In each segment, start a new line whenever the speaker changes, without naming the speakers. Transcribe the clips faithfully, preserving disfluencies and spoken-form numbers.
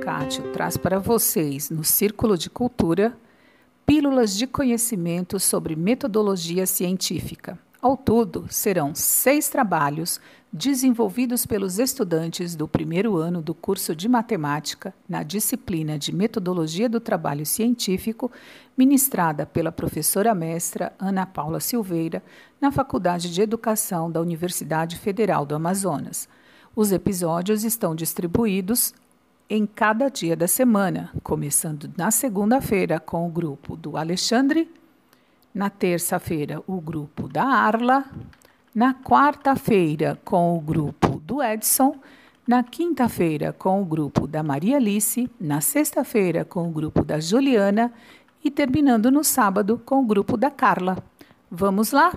Cátio traz para vocês, no Círculo de Cultura, pílulas de conhecimento sobre metodologia científica. Ao todo, serão seis trabalhos desenvolvidos pelos estudantes do primeiro ano do curso de Matemática na disciplina de Metodologia do Trabalho Científico, ministrada pela professora mestra Ana Paula Silveira, na Faculdade de Educação da Universidade Federal do Amazonas. Os episódios estão distribuídos em cada dia da semana, começando na segunda-feira com o grupo do Alexandre, na terça-feira o grupo da Arla, na quarta-feira com o grupo do Edson, na quinta-feira com o grupo da Maria Alice, na sexta-feira com o grupo da Juliana e terminando no sábado com o grupo da Carla. Vamos lá?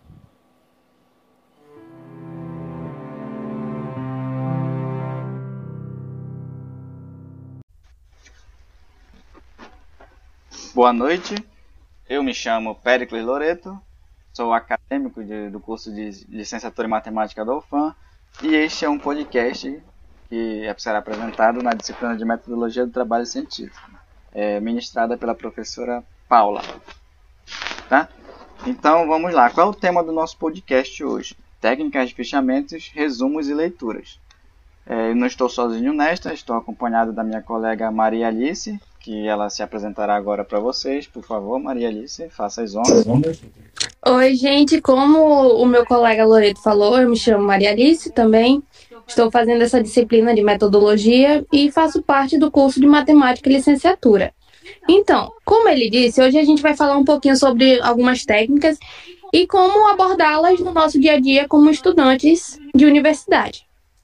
Boa noite, eu me chamo Péricles Loreto, sou acadêmico de, do curso de Licenciatura em Matemática da U F A M e este é um podcast que será apresentado na disciplina de Metodologia do Trabalho Científico, é, ministrada pela professora Paula. Tá? Então vamos lá, qual é o tema do nosso podcast hoje? Técnicas de fichamentos, resumos e leituras. É, eu não estou sozinho nesta, estou acompanhado da minha colega Maria Alice, que ela se apresentará agora para vocês. Por favor, Maria Alice, faça as honras.
Oi, gente, como o meu colega Loreto falou, eu me chamo Maria Alice também. Estou fazendo essa disciplina de metodologia e faço parte do curso de Matemática e Licenciatura. Então, como ele disse, hoje a gente vai falar um pouquinho sobre algumas técnicas e como abordá-las no nosso dia a dia como estudantes de universidade.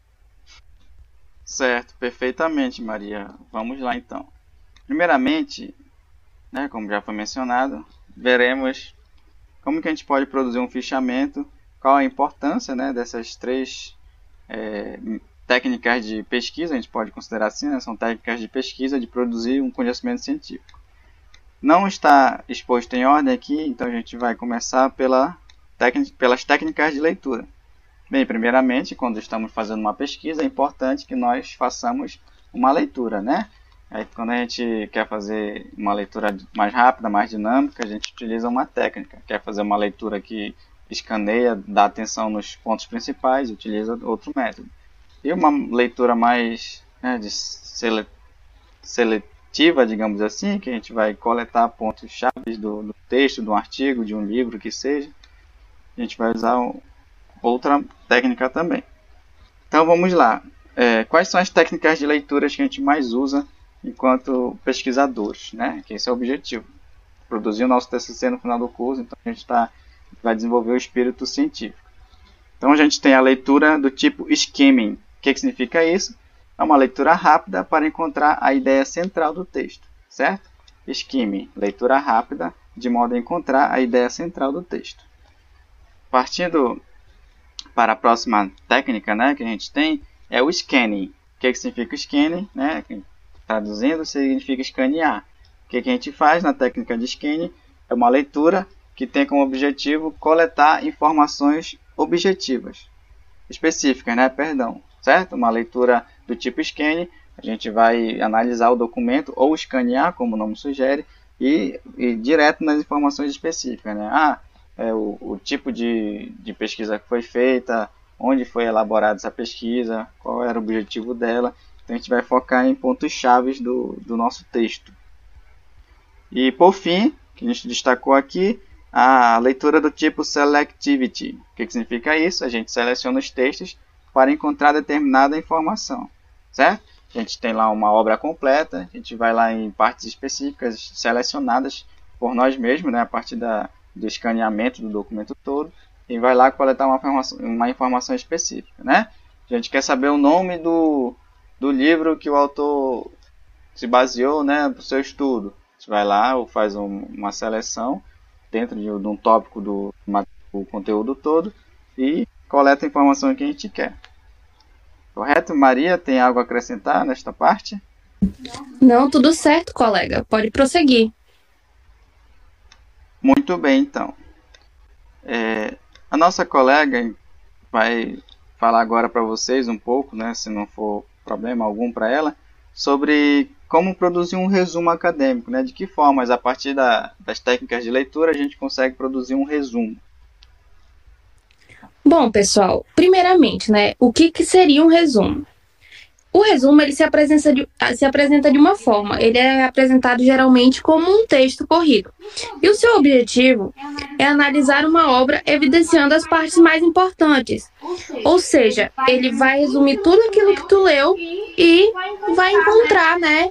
Certo, perfeitamente, Maria. Vamos lá, então. Primeiramente, né, como já foi mencionado, veremos como que a gente pode produzir um fichamento, qual a importância, né, dessas três é, técnicas de pesquisa, a gente pode considerar assim, né, são técnicas de pesquisa de produzir um conhecimento científico. Não está exposto em ordem aqui, então a gente vai começar pela técnica, pelas técnicas de leitura. Bem, primeiramente, quando estamos fazendo uma pesquisa, é importante que nós façamos uma leitura, né? Aí, quando a gente quer fazer uma leitura mais rápida, mais dinâmica, a gente utiliza uma técnica. Quer fazer uma leitura que escaneia, dá atenção nos pontos principais, utiliza outro método. E uma leitura mais, né, de sele- seletiva, digamos assim, que a gente vai coletar pontos-chave do, do texto, de um artigo, de um livro, que seja, a gente vai usar outra técnica também. Então vamos lá. É, quais são as técnicas de leituras que a gente mais usa enquanto pesquisadores, né? Que esse é o objetivo. Produzir o nosso T C C no final do curso, então a gente tá, vai desenvolver o espírito científico. Então a gente tem a leitura do tipo skimming. O que, que significa isso? É uma leitura rápida para encontrar a ideia central do texto, certo? Skimming, leitura rápida de modo a encontrar a ideia central do texto. Partindo para a próxima técnica, né, que a gente tem, é o scanning. O que, que significa o scanning? Né? Traduzindo, significa escanear. O que, que a gente faz na técnica de scanning? É uma leitura que tem como objetivo coletar informações objetivas, específicas, né? Perdão, certo? Uma leitura do tipo scanning, a gente vai analisar o documento ou escanear, como o nome sugere, e ir direto nas informações específicas, né? Ah, é o, o tipo de, de pesquisa que foi feita, onde foi elaborada essa pesquisa, qual era o objetivo dela. Então a gente vai focar em pontos-chave do, do nosso texto. E por fim, que a gente destacou aqui, a leitura do tipo selectivity. O que, que significa isso? A gente seleciona os textos para encontrar determinada informação, certo? A gente tem lá uma obra completa, a gente vai lá em partes específicas selecionadas por nós mesmos, né, a partir da, do escaneamento do documento todo, e vai lá coletar uma informação, uma informação específica, né? A gente quer saber o nome do, do livro que o autor se baseou, né, para o seu estudo. A gente vai lá ou faz um, uma seleção dentro de, de um tópico do, do conteúdo todo e coleta a informação que a gente quer. Correto? Maria, tem algo a acrescentar nesta parte?
Não, tudo certo, colega. Pode prosseguir.
Muito bem, então. É, a nossa colega vai falar agora para vocês um pouco, né, se não for problema algum para ela, sobre como produzir um resumo acadêmico, né? De que formas, a partir da, das técnicas de leitura, a gente consegue produzir um resumo.
Bom, pessoal, primeiramente, né, o que, que seria um resumo? O resumo ele se apresenta, de, se apresenta de uma forma, ele é apresentado geralmente como um texto corrido. E o seu objetivo é analisar uma obra evidenciando as partes mais importantes. Ou seja, ele vai resumir tudo aquilo que tu leu e vai encontrar, né?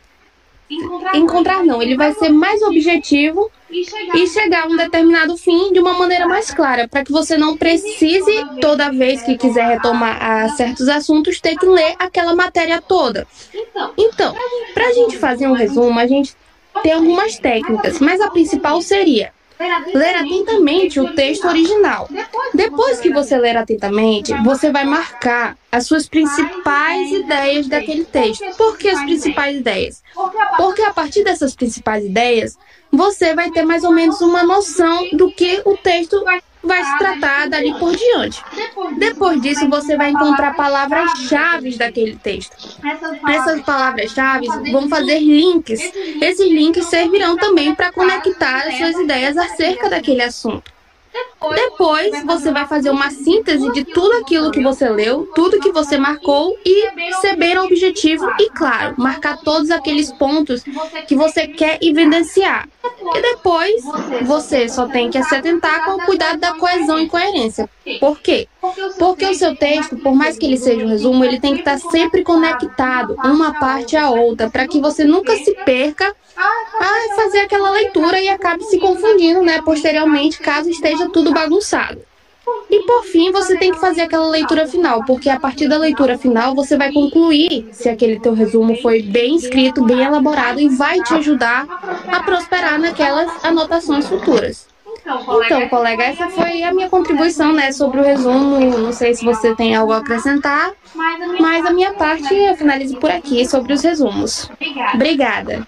Encontrar não, ele vai ser mais objetivo e chegar a um determinado fim de uma maneira mais clara, para que você não precise, toda vez que quiser retomar a certos assuntos, ter que ler aquela matéria toda. Então, para a gente fazer um resumo, a gente tem algumas técnicas, mas a principal seria ler atentamente o texto original. Depois que você ler atentamente, você vai marcar as suas principais ideias daquele texto. Por que as principais ideias? Porque a partir dessas principais ideias, você vai ter mais ou menos uma noção do que o texto vai se tratar dali por diante. Depois disso, você vai encontrar palavras-chave daquele texto. Essas palavras-chave vão fazer links. Esses links servirão também para conectar as suas ideias acerca daquele assunto. Depois, você vai fazer uma síntese de tudo aquilo que você leu, tudo que você marcou e ser bem objetivo e, claro, marcar todos aqueles pontos que você quer evidenciar. E depois, você só tem que se atentar com o cuidado da coesão e coerência. Por quê? Porque o seu texto, por mais que ele seja um resumo, ele tem que estar sempre conectado uma parte à outra, para que você nunca se perca a fazer aquela leitura e acabe se confundindo, né, posteriormente, caso esteja tudo bagunçado. E por fim, você tem que fazer aquela leitura final, porque a partir da leitura final você vai concluir se aquele teu resumo foi bem escrito, bem elaborado e vai te ajudar a prosperar naquelas anotações futuras. Então, colega, essa foi a minha contribuição, né, sobre o resumo. Não sei se você tem algo a acrescentar, mas a minha parte eu finalizo por aqui sobre os resumos. Obrigada.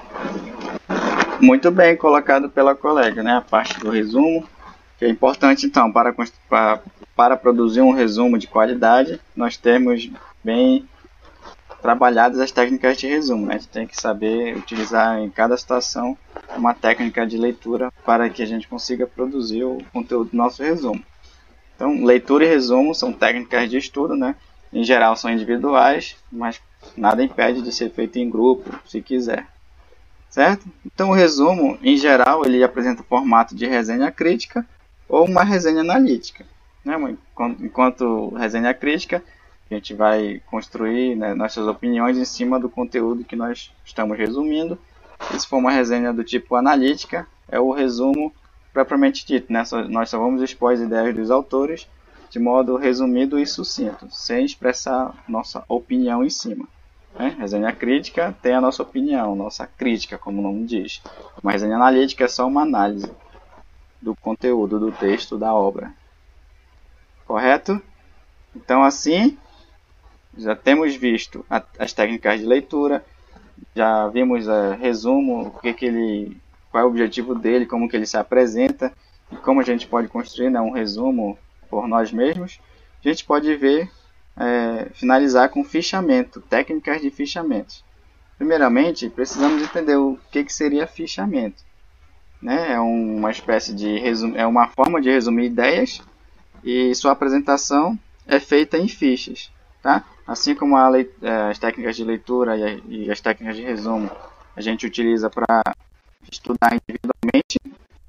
Muito bem colocado pela colega, né? A parte do resumo, que é importante, então, para, para, para produzir um resumo de qualidade, nós temos bem trabalhadas as técnicas de resumo, né? A gente tem que saber utilizar em cada situação uma técnica de leitura para que a gente consiga produzir o conteúdo do nosso resumo. Então, leitura e resumo são técnicas de estudo, né? Em geral são individuais, mas nada impede de ser feito em grupo, se quiser. Certo? Então o resumo, em geral, ele apresenta o formato de resenha crítica ou uma resenha analítica. Né? Enquanto resenha crítica, a gente vai construir, né, nossas opiniões em cima do conteúdo que nós estamos resumindo. E se for uma resenha do tipo analítica, é o resumo propriamente dito. Né? Nós só vamos expor as ideias dos autores de modo resumido e sucinto, sem expressar nossa opinião em cima. Né? Resenha crítica tem a nossa opinião, nossa crítica, como o nome diz. Uma resenha analítica é só uma análise do conteúdo, do texto, da obra. Correto? Então, assim, já temos visto a, as técnicas de leitura, já vimos uh, resumo, o que que ele, qual é o objetivo dele, como que ele se apresenta, e como a gente pode construir, né, um resumo por nós mesmos. A gente pode ver É, finalizar com fichamento, técnicas de fichamento. Primeiramente, precisamos entender o que, que seria fichamento. Né? É uma espécie de resum... é uma forma de resumir ideias e sua apresentação é feita em fichas. Tá? Assim como a leit... as técnicas de leitura e as técnicas de resumo a gente utiliza para estudar individualmente,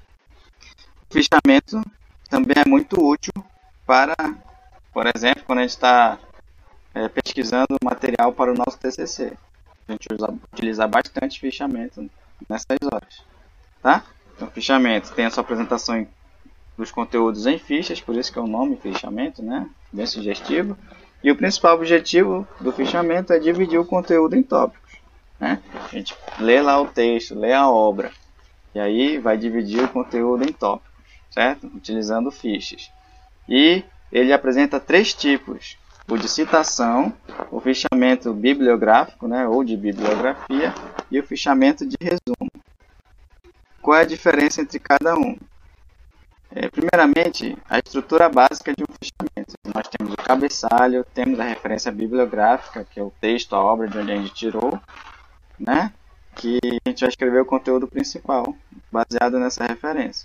o fichamento também é muito útil para, por exemplo, quando a gente está é, pesquisando material para o nosso T C C. A gente usa, utiliza bastante fichamento nessas horas. Tá? Então, fichamento tem a sua apresentação em, dos conteúdos em fichas, por isso que é o nome fichamento, né? Bem sugestivo. E o principal objetivo do fichamento é dividir o conteúdo em tópicos. Né? A gente lê lá o texto, lê a obra, e aí vai dividir o conteúdo em tópicos, certo? Utilizando fichas. E ele apresenta três tipos: o de citação, o fichamento bibliográfico, né, ou de bibliografia, e o fichamento de resumo. Qual é a diferença entre cada um? É, primeiramente, a estrutura básica de um fichamento. Nós temos o cabeçalho, temos a referência bibliográfica, que é o texto, a obra de onde a gente tirou, né? Que a gente vai escrever o conteúdo principal, baseado nessa referência.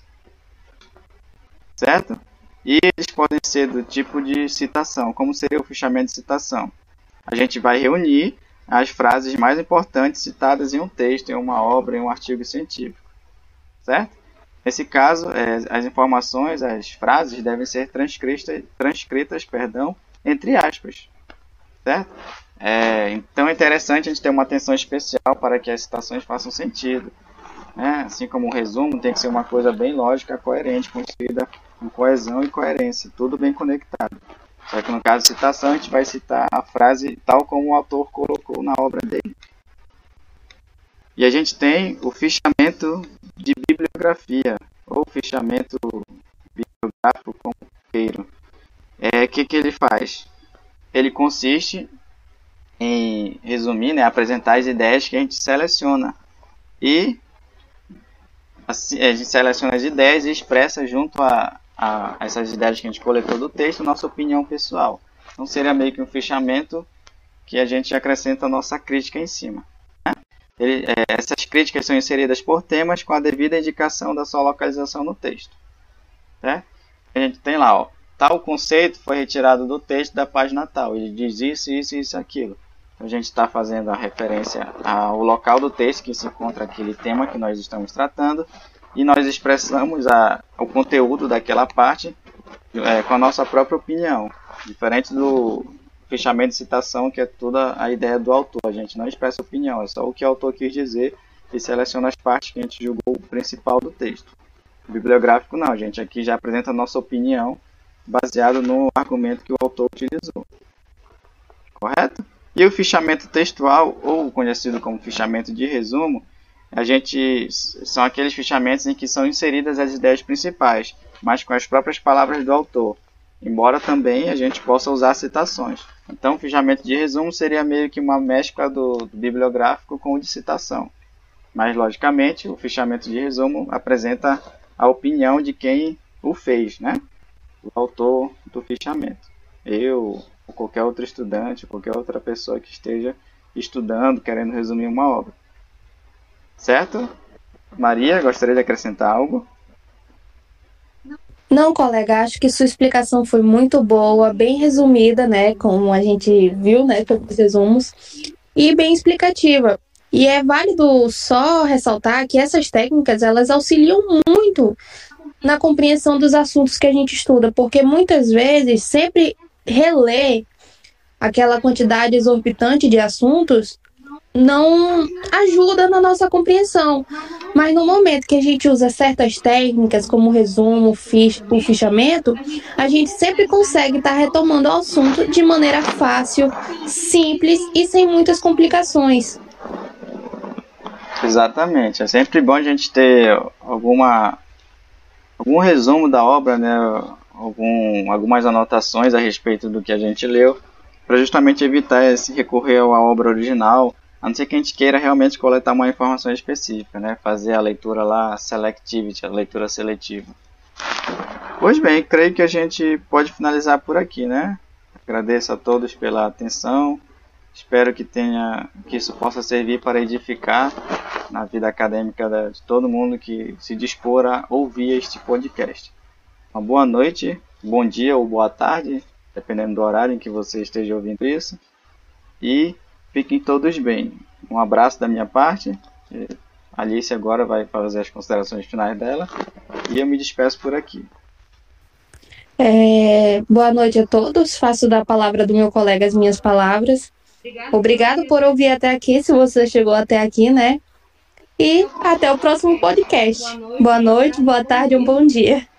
Certo? E eles podem ser do tipo de citação. Como seria o fichamento de citação? A gente vai reunir as frases mais importantes citadas em um texto, em uma obra, em um artigo científico. Certo? Nesse caso, é, as informações, as frases devem ser transcritas, transcritas perdão, entre aspas. Certo? É, então é interessante a gente ter uma atenção especial para que as citações façam sentido. Né? Assim como o resumo tem que ser uma coisa bem lógica, coerente, construída com coesão e coerência, tudo bem conectado. Só que no caso de citação, a gente vai citar a frase tal como o autor colocou na obra dele. E a gente tem o fichamento de bibliografia, ou fichamento bibliográfico, como queiram. É, o que, que ele faz? Ele consiste em resumir, né, apresentar as ideias que a gente seleciona. E assim, a gente seleciona as ideias e expressa junto a, a essas ideias que a gente coletou do texto nossa opinião pessoal. Então seria meio que um fichamento que a gente acrescenta a nossa crítica em cima. Né? Ele, é, essas críticas são inseridas por temas com a devida indicação da sua localização no texto. Né? A gente tem lá, ó, tal conceito foi retirado do texto da página tal. Ele diz isso, isso, isso, aquilo. Então, a gente está fazendo a referência ao local do texto que se encontra aquele tema que nós estamos tratando e nós expressamos a, o conteúdo daquela parte é, com a nossa própria opinião, diferente do fichamento de citação, que é toda a ideia do autor. A gente não expressa opinião, é só o que o autor quis dizer e seleciona as partes que a gente julgou o principal do texto. O bibliográfico não, a gente aqui já apresenta a nossa opinião baseado no argumento que o autor utilizou. Correto? E o fichamento textual, ou conhecido como fichamento de resumo, a gente são aqueles fichamentos em que são inseridas as ideias principais, mas com as próprias palavras do autor, embora também a gente possa usar citações. Então, o fichamento de resumo seria meio que uma mescla do, do bibliográfico com o de citação. Mas, logicamente, o fichamento de resumo apresenta a opinião de quem o fez, né? O autor do fichamento. Eu, ou qualquer outro estudante, ou qualquer outra pessoa que esteja estudando, querendo resumir uma obra. Certo? Maria, gostaria de acrescentar algo?
Não, colega, acho que sua explicação foi muito boa, bem resumida, né, como a gente viu, né, pelos resumos, e bem explicativa. E é válido só ressaltar que essas técnicas, elas auxiliam muito na compreensão dos assuntos que a gente estuda, porque muitas vezes sempre reler aquela quantidade exorbitante de assuntos não ajuda na nossa compreensão. Mas no momento que a gente usa certas técnicas, como o resumo, o, fich, o fichamento, a gente sempre consegue estar retomando o assunto de maneira fácil, simples e sem muitas complicações.
Exatamente. É sempre bom a gente ter alguma, algum resumo da obra, né? Algum, algumas anotações a respeito do que a gente leu, para justamente evitar esse recorrer à obra original, a não ser que a gente queira realmente coletar uma informação específica, né? Fazer a leitura lá selectivity, a leitura seletiva. Pois bem, creio que a gente pode finalizar por aqui, né? Agradeço a todos pela atenção. Espero que tenha, que isso possa servir para edificar na vida acadêmica de todo mundo que se dispor a ouvir este podcast. Uma boa noite, bom dia ou boa tarde, dependendo do horário em que você esteja ouvindo isso. E fiquem todos bem. Um abraço da minha parte. A Alice agora vai fazer as considerações finais dela. E eu me despeço por aqui.
É, boa noite a todos. Faço da palavra do meu colega as minhas palavras. Obrigado por ouvir até aqui, se você chegou até aqui, né? E até o próximo podcast. Boa noite, boa tarde, um bom dia.